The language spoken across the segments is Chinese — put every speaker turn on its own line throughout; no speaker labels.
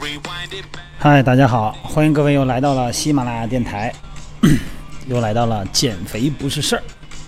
嗨，大家好，欢迎各位又来到了喜马拉雅电台，又来到了减肥不是事儿。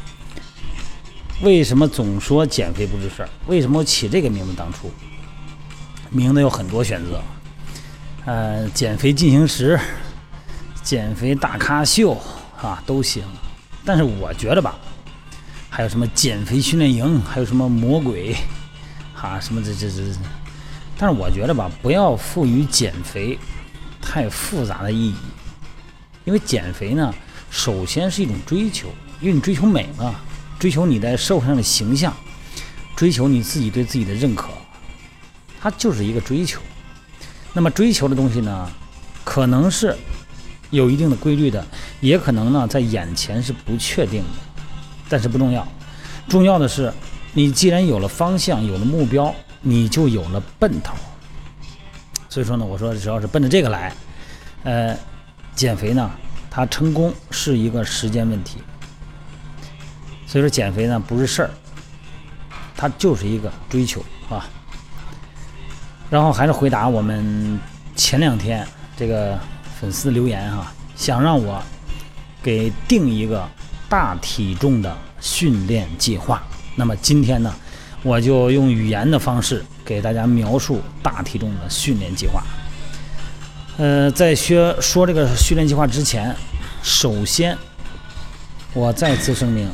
为什么总说减肥不是事儿？为什么我起这个名字？当初名字有很多选择，减肥进行时、减肥大咖秀啊都行。但是我觉得吧，还有什么减肥训练营，还有什么魔鬼啊什么这，但是我觉得吧，不要赋予减肥太复杂的意义，因为减肥呢，首先是一种追求，因为你追求美嘛，追求你在社会上的形象，追求你自己对自己的认可，它就是一个追求。那么追求的东西呢，可能是有一定的规律的，也可能呢在眼前是不确定的，但是不重要，重要的是你既然有了方向，有了目标，你就有了奔头。所以说呢，我说只要是奔着这个来，减肥呢，它成功是一个时间问题。所以说减肥呢不是事儿，它就是一个追求啊。然后还是回答我们前2天这个粉丝留言哈，想让我给定一个大体重的训练计划。那么今天呢，我就用语言的方式给大家描述大体重的训练计划。在说这个训练计划之前，首先我再次声明，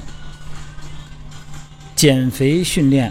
减肥训练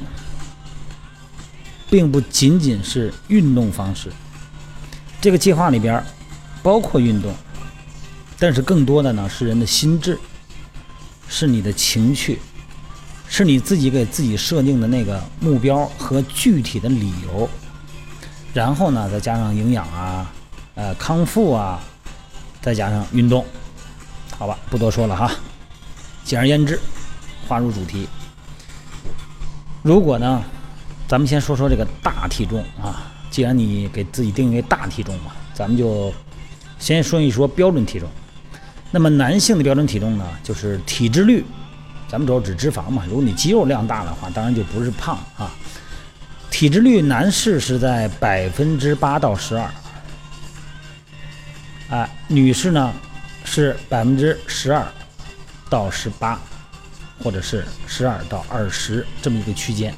并不仅仅是运动方式，这个计划里边包括运动，但是更多的呢是人的心智，是你的情绪，是你自己给自己设定的那个目标和具体的理由，然后呢再加上营养啊、康复啊，再加上运动。好吧，不多说了哈。简而言之，划入主题。如果呢，咱们先说说这个大体重啊，既然你给自己定为大体重嘛，咱们就先说一说标准体重。那么男性的标准体重呢，就是体脂率，咱们主要指脂肪嘛，如果你肌肉量大的话，当然就不是胖啊。体脂率男士是在8%到12%，女士呢是12%到18%，或者是12到20这么一个区间。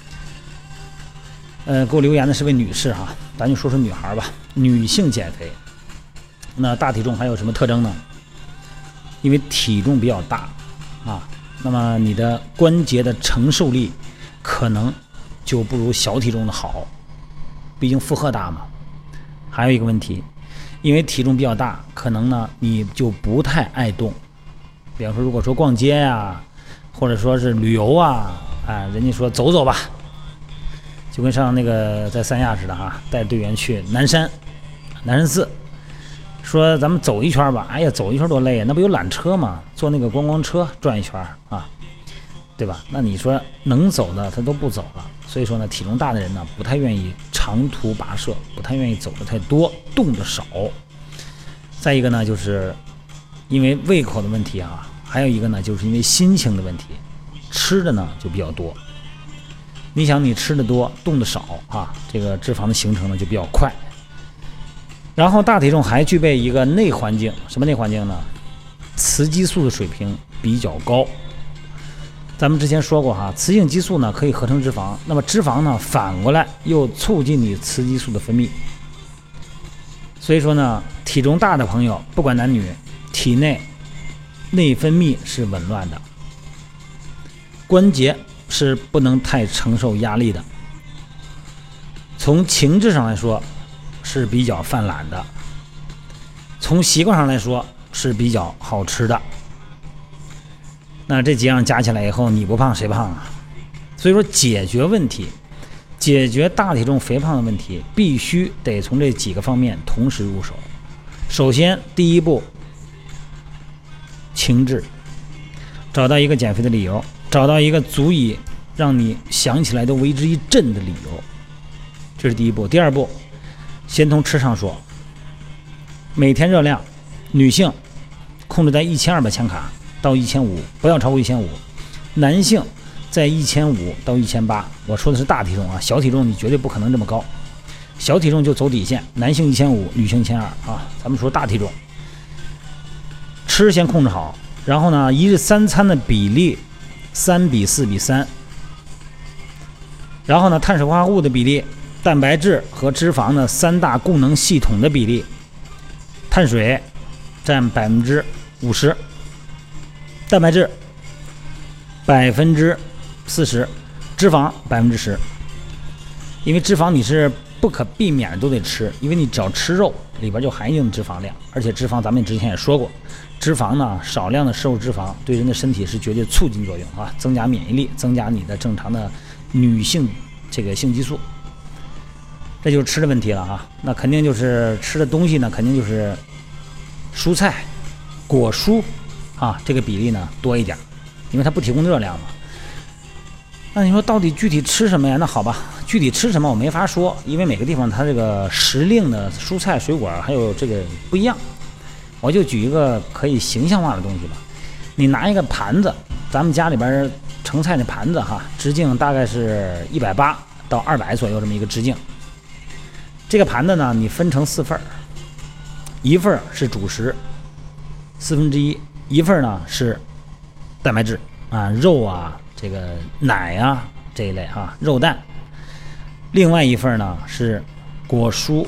给我留言的是位女士哈，咱就说说女孩吧。女性减肥，那大体重还有什么特征呢？因为体重比较大啊，那么你的关节的承受力可能就不如小体重的好，毕竟负荷大嘛。还有一个问题，因为体重比较大，可能呢你就不太爱动。比方说，如果说逛街呀，或者说是旅游啊，人家说走走吧，就跟上那个在三亚似的哈，带队员去南山寺，说咱们走一圈吧。哎呀，走一圈多累啊，那不有缆车吗？坐那个观光车转一圈啊，对吧？那你说能走的他都不走了。所以说呢，体重大的人呢，不太愿意长途跋涉，不太愿意走的太多，动的少。再一个呢，就是因为胃口的问题啊，还有一个呢，就是因为心情的问题，吃的呢就比较多。你想，你吃的多，动的少啊，这个脂肪的形成呢就比较快。然后大体重还具备一个内环境，什么内环境呢？雌激素的水平比较高。咱们之前说过哈，雌性激素呢可以合成脂肪，那么脂肪呢反过来又促进你雌激素的分泌。所以说呢，体重大的朋友，不管男女，体内内分泌是紊乱的，关节是不能太承受压力的。从情志上来说是比较犯懒的，从习惯上来说是比较好吃的。那这几样加起来以后，你不胖谁胖啊？所以说解决问题，解决大体重肥胖的问题，必须得从这几个方面同时入手。首先第一步，情志，找到一个减肥的理由，找到一个足以让你想起来都为之一振的理由，这是第一步。第二步，先从吃上说，每天热量，女性控制在1200千卡到1500，不要超过1500。男性在1500到1800，我说的是大体重啊，小体重你绝对不可能这么高。 小体重就走底线，男性1500，女性1200啊。咱们说大体重，吃先控制好，然后呢，一日3餐的比例3:4:3，然后呢，碳水化合物的比例、蛋白质和脂肪的3大供能系统的比例，碳水占50%，蛋白质40%，脂肪10%。因为脂肪你是不可避免的都得吃，因为你只要吃肉，里边就含一定的脂肪量，而且脂肪咱们之前也说过，脂肪呢少量的摄入脂肪对人的身体是绝对促进作用啊，增加免疫力，增加你的正常的女性这个性激素。这就是吃的问题了哈。那肯定就是吃的东西呢，肯定就是蔬菜、果蔬啊，这个比例呢多一点，因为它不提供热量嘛。那你说到底具体吃什么呀？那好吧，具体吃什么我没法说，因为每个地方它这个时令的蔬菜水果还有这个不一样。我就举一个可以形象化的东西吧，你拿一个盘子，咱们家里边盛菜的盘子哈，直径大概是180到200左右这么一个直径。这个盘子呢，你分成4份，一份是主食1/4，一份呢是蛋白质啊，肉啊，这个奶啊这一类哈，肉蛋。另外一份呢是果蔬，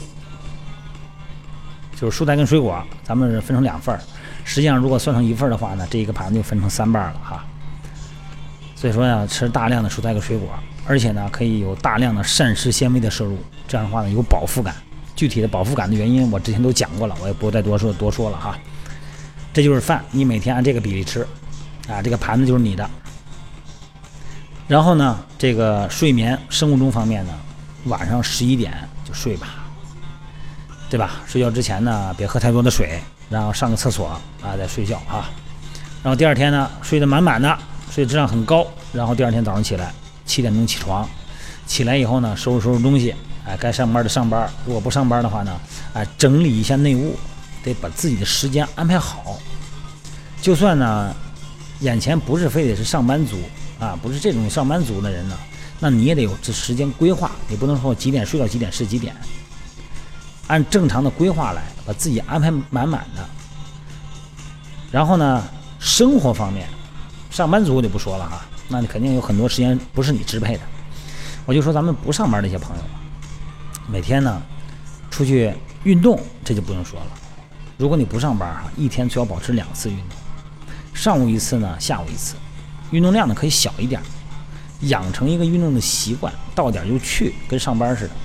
就是蔬菜跟水果，咱们分成2份。实际上如果算成一份的话呢，这一个盘子就分成3半了哈。所以说呢，吃大量的蔬菜跟水果，而且呢可以有大量的膳食纤维的摄入，这样的话呢有饱腹感。具体的饱腹感的原因我之前都讲过了，我也不再多说了哈。这就是饭，你每天按这个比例吃啊，这个盘子就是你的。然后呢，这个睡眠生物钟方面呢，晚上11点就睡吧，对吧？睡觉之前呢，别喝太多的水，然后上个厕所啊，再睡觉啊。然后第二天呢，睡得满满的，睡得质量很高。然后第二天早上起来7点钟起床，起来以后呢，收拾东西，哎，该上班的上班，如果不上班的话呢，哎，整理一下内务，得把自己的时间安排好。就算呢，眼前不是非得是上班族啊，不是这种上班族的人呢，那你也得有这时间规划，你不能说几点睡到几点是几点，按正常的规划来，把自己安排满满的。然后呢，生活方面，上班族我就不说了哈，那你肯定有很多时间不是你支配的。我就说咱们不上班的一些朋友，每天呢出去运动，这就不用说了。如果你不上班哈，一天最好保持2次运动，上午1次呢，下午1次，运动量呢可以小一点，养成一个运动的习惯，到点就去，跟上班似的。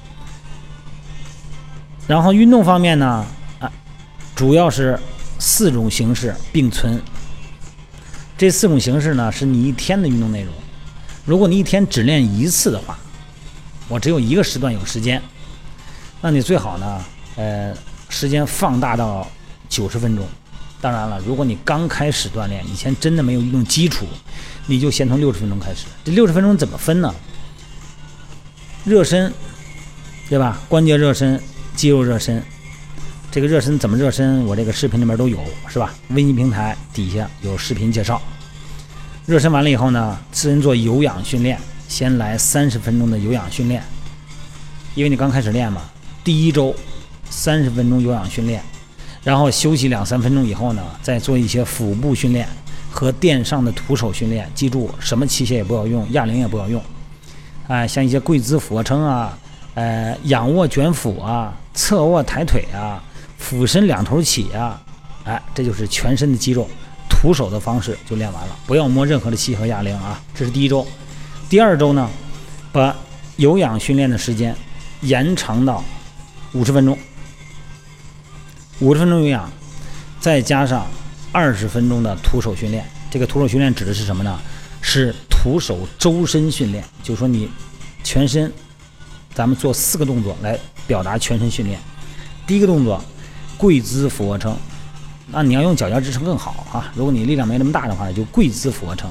然后运动方面呢，主要是4种形式并存。这4种形式呢，是你一天的运动内容。如果你一天只练1次的话，我只有1个时段有时间，那你最好呢，时间放大到90分钟。当然了，如果你刚开始锻炼，以前真的没有运动基础，你就先从60分钟开始。这60分钟怎么分呢？热身，对吧？关节热身，肌肉热身。这个热身怎么热身，我这个视频里面都有，是吧？微信平台底下有视频介绍。热身完了以后呢，先做有氧训练，先来30分钟的有氧训练，因为你刚开始练嘛，第1周30分钟有氧训练，然后休息2-3分钟以后呢，再做一些腹部训练和垫上的徒手训练。记住，什么器械也不要用，哑铃也不要用，像一些跪姿俯卧撑啊，仰卧卷腹啊，侧卧抬腿啊，俯身2头起啊，这就是全身的肌肉，徒手的方式就练完了，不要摸任何的器械和哑铃啊。这是第1周。第2周呢，把有氧训练的时间延长到50分钟，50分钟有氧，再加上20分钟的徒手训练。这个徒手训练指的是什么呢？是徒手周身训练，就是说你全身，咱们做4个动作来表达全身训练。第1个动作，跪姿俯卧撑，那你要用脚尖支撑更好啊。如果你力量没那么大的话，就跪姿俯卧撑。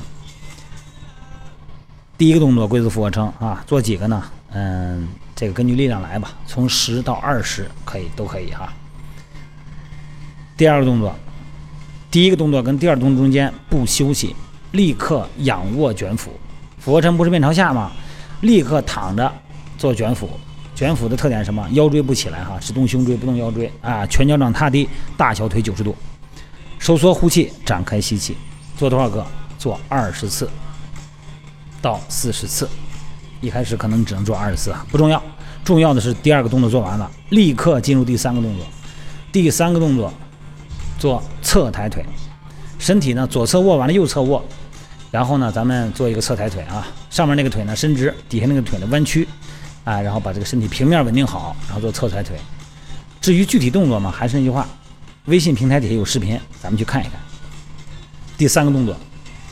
第1个动作跪姿俯卧撑啊，做几个呢？这个根据力量来吧，从10到20都可以哈。第2个动作，第1个动作跟第2个动作中间不休息，立刻仰卧卷腹。俯卧撑不是面朝下吗？立刻躺着做卷腹， 卷腹的特点是什么？腰椎不起来哈，只动胸椎不动腰椎啊，全脚掌踏地，大小腿90度，收缩呼气，展开吸气。做多少个？做20次到40次。一开始可能只能做20次啊，不重要，重要的是第2个动作做完了，立刻进入第3个动作。第3个动作做侧抬腿，身体呢左侧握完了右侧握，然后呢咱们做一个侧抬腿啊，上面那个腿呢伸直，底下那个腿呢弯曲啊，然后把这个身体平面稳定好，然后做侧抬腿。至于具体动作嘛，还是那句话，微信平台底下有视频，咱们去看一看。第3个动作，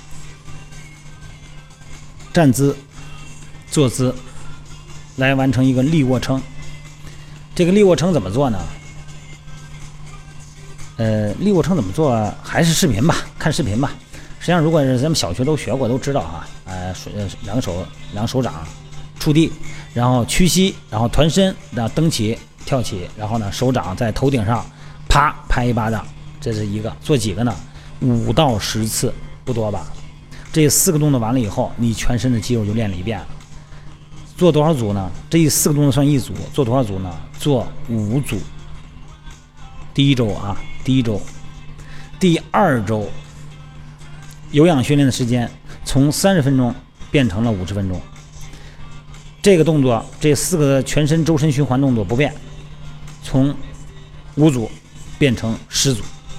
站姿、坐姿来完成一个立卧撑。这个立卧撑怎么做呢？立卧撑怎么做？还是视频吧，看视频吧。实际上，如果是咱们小学都学过，都知道哈。两个手掌触地，然后屈膝，然后团身，然后蹬起、跳起，然后呢手掌在头顶上啪拍一巴掌，这是一个。做几个呢？5到10次，不多吧？这4个动作完了以后，你全身的肌肉就练了一遍了。做多少组呢？这4个动作算一组，做多少组呢？做5组。第1周啊，第1周，第2周，有氧训练的时间从30分钟变成了50分钟。这个动作，这4个全身周身循环动作不变，从5组变成10组。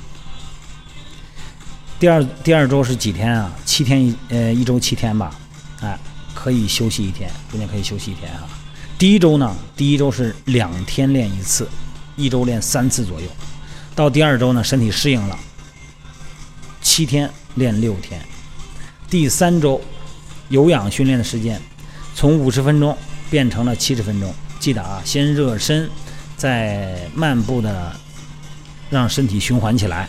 第二周是几天啊？7天，一周7天吧，哎，可以休息1天，中间可以休息1天啊。第1周呢，第1周是2天练1次，1周练3次左右。到第2周呢，身体适应了，7天练6天。第3周有氧训练的时间从50分钟变成了70分钟。记得啊，先热身，再慢步的让身体循环起来。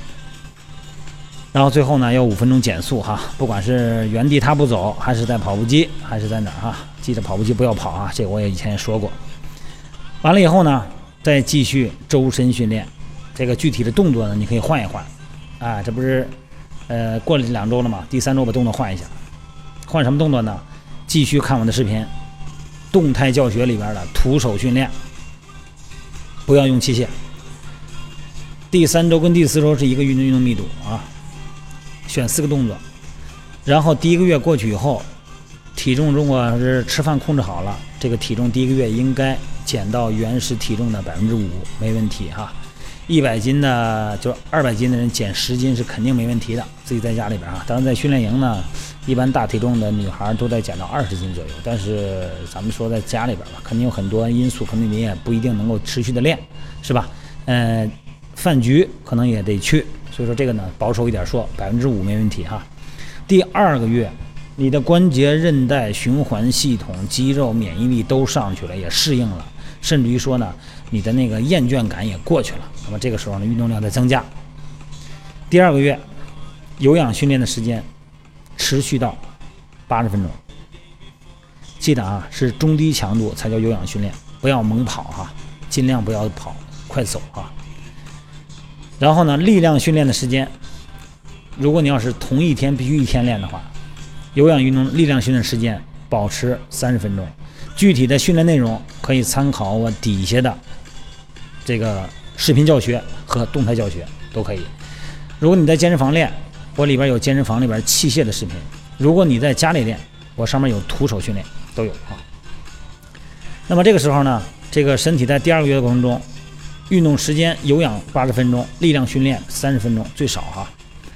然后最后呢，要5分钟减速哈，不管是原地踏步走，还是在跑步机，还是在哪儿哈，记得跑步机不要跑啊，这个我也以前也说过。完了以后呢，再继续周身训练。这个具体的动作呢，你可以换一换啊，这不是过了2周了嘛？第3周把动作换一下，换什么动作呢？继续看我的视频，动态教学里边的徒手训练，不要用器械。第3周跟第4周是一个运动密度啊，选4个动作，然后第1个月过去以后，体重如果是吃饭控制好了，这个体重第1个月应该减到原始体重的5%，没问题哈。100斤的就200斤的人减10斤是肯定没问题的，自己在家里边啊。当然在训练营呢，一般大体重的女孩都在减到20斤左右，但是咱们说在家里边吧，肯定有很多因素，可能你也不一定能够持续的练，是吧？饭局可能也得去，所以说这个呢保守一点说5%没问题哈。第2个月，你的关节、韧带、循环系统、肌肉、免疫力都上去了，也适应了，甚至于说呢，你的那个厌倦感也过去了。那么这个时候呢，运动量在增加。第2个月，有氧训练的时间持续到80分钟。记得啊，是中低强度才叫有氧训练，不要猛跑哈，尽量不要跑，快走啊。然后呢，力量训练的时间，如果你要是同一天必须1天练的话，有氧运动力量训练时间保持30分钟。具体的训练内容可以参考我底下的这个视频教学和动态教学都可以。如果你在健身房练，我里边有健身房里边器械的视频；如果你在家里练，我上面有徒手训练，都有啊。那么这个时候呢，这个身体在第2个月的过程中，运动时间有氧80分钟，力量训练30分钟，最少哈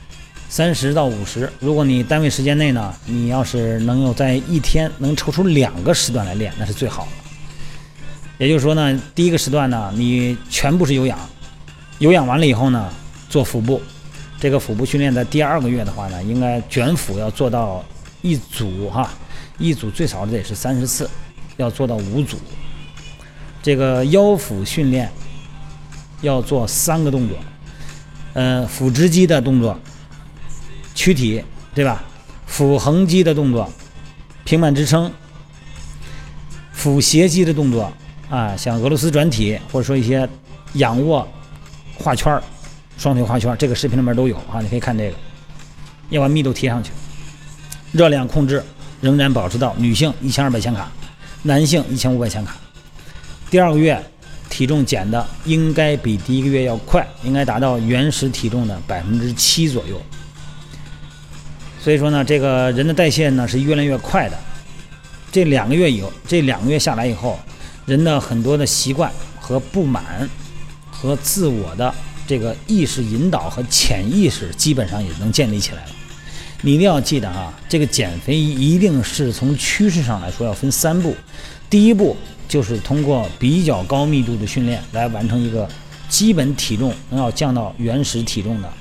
，30到50。如果你单位时间内呢，你要是能有在1天能抽出2个时段来练，那是最好的。也就是说呢，第1个时段呢，你全部是有氧，有氧完了以后呢，做腹部。这个腹部训练在第2个月的话呢，应该卷腹要做到1组哈，1组最少得是30次，要做到5组。这个腰腹训练要做3个动作，腹直肌的动作，躯体对吧？腹横肌的动作，平板支撑，腹斜肌的动作啊，像俄罗斯转体或者说一些仰卧画圈、双腿画圈，这个视频里面都有啊，你可以看这个，要把密度提上去。热量控制仍然保持到女性1200千卡，男性1500千卡。 第2个月体重减的应该比第1个月要快，应该达到原始体重的7%左右。所以说呢，这个人的代谢呢是越来越快的。这2个月下来以后，人的很多的习惯和不满和自我的这个意识引导和潜意识基本上也能建立起来了。你一定要记得啊，这个减肥一定是从趋势上来说要分3步。第1步就是通过比较高密度的训练来完成一个基本体重能要降到原始体重的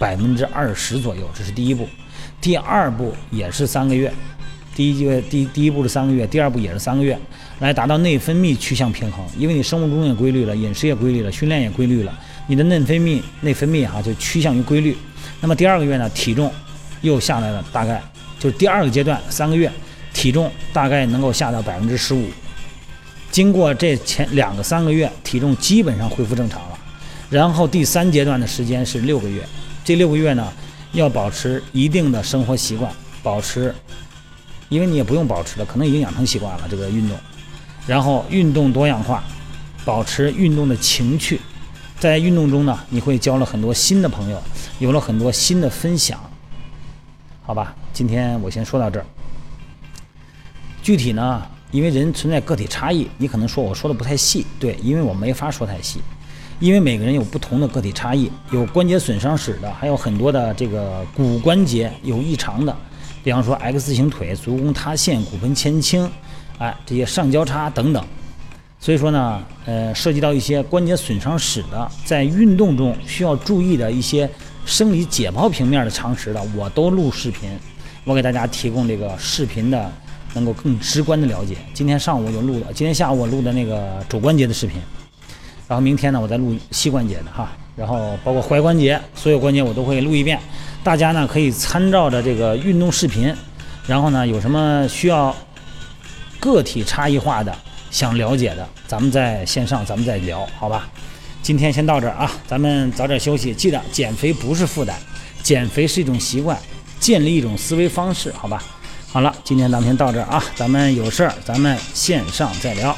20%左右，这是第1步。第2步也是3个月，第一步是3个月，第2步也是3个月，来达到内分泌趋向平衡。因为你生物钟也规律了，饮食也规律了，训练也规律了，你的内分泌就趋向于规律。那么第2个月呢，体重又下来了，大概就是第2个阶段3个月，体重大概能够下到15%。经过这前2个3个月，体重基本上恢复正常了。然后第3阶段的时间是6个月，这6个月呢，要保持一定的生活习惯，因为你也不用保持了，可能已经养成习惯了这个运动。然后运动多样化，保持运动的情趣。在运动中呢，你会交了很多新的朋友，有了很多新的分享。好吧，今天我先说到这儿。具体呢，因为人存在个体差异，你可能说我说的不太细，对，因为我没法说太细，因为每个人有不同的个体差异，有关节损伤史的，还有很多的这个骨关节有异常的，比方说 X 型腿、足弓塌陷、骨盆前倾，这些上交叉等等。所以说呢，涉及到一些关节损伤史的，在运动中需要注意的一些生理解剖平面的常识的，我都录视频，我给大家提供这个视频的能够更直观的了解。今天上午就录了，今天下午我录的那个肘关节的视频，然后明天呢我再录膝关节的哈，然后包括踝关节，所有关节我都会录一遍。大家呢可以参照着这个运动视频，然后呢有什么需要个体差异化的想了解的，咱们在线上咱们再聊，好吧？今天先到这儿啊，咱们早点休息。记得减肥不是负担，减肥是一种习惯，建立一种思维方式，好吧？好了，今天咱们先到这儿啊，咱们有事儿咱们线上再聊。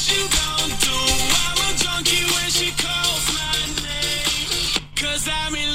'Cause I'm in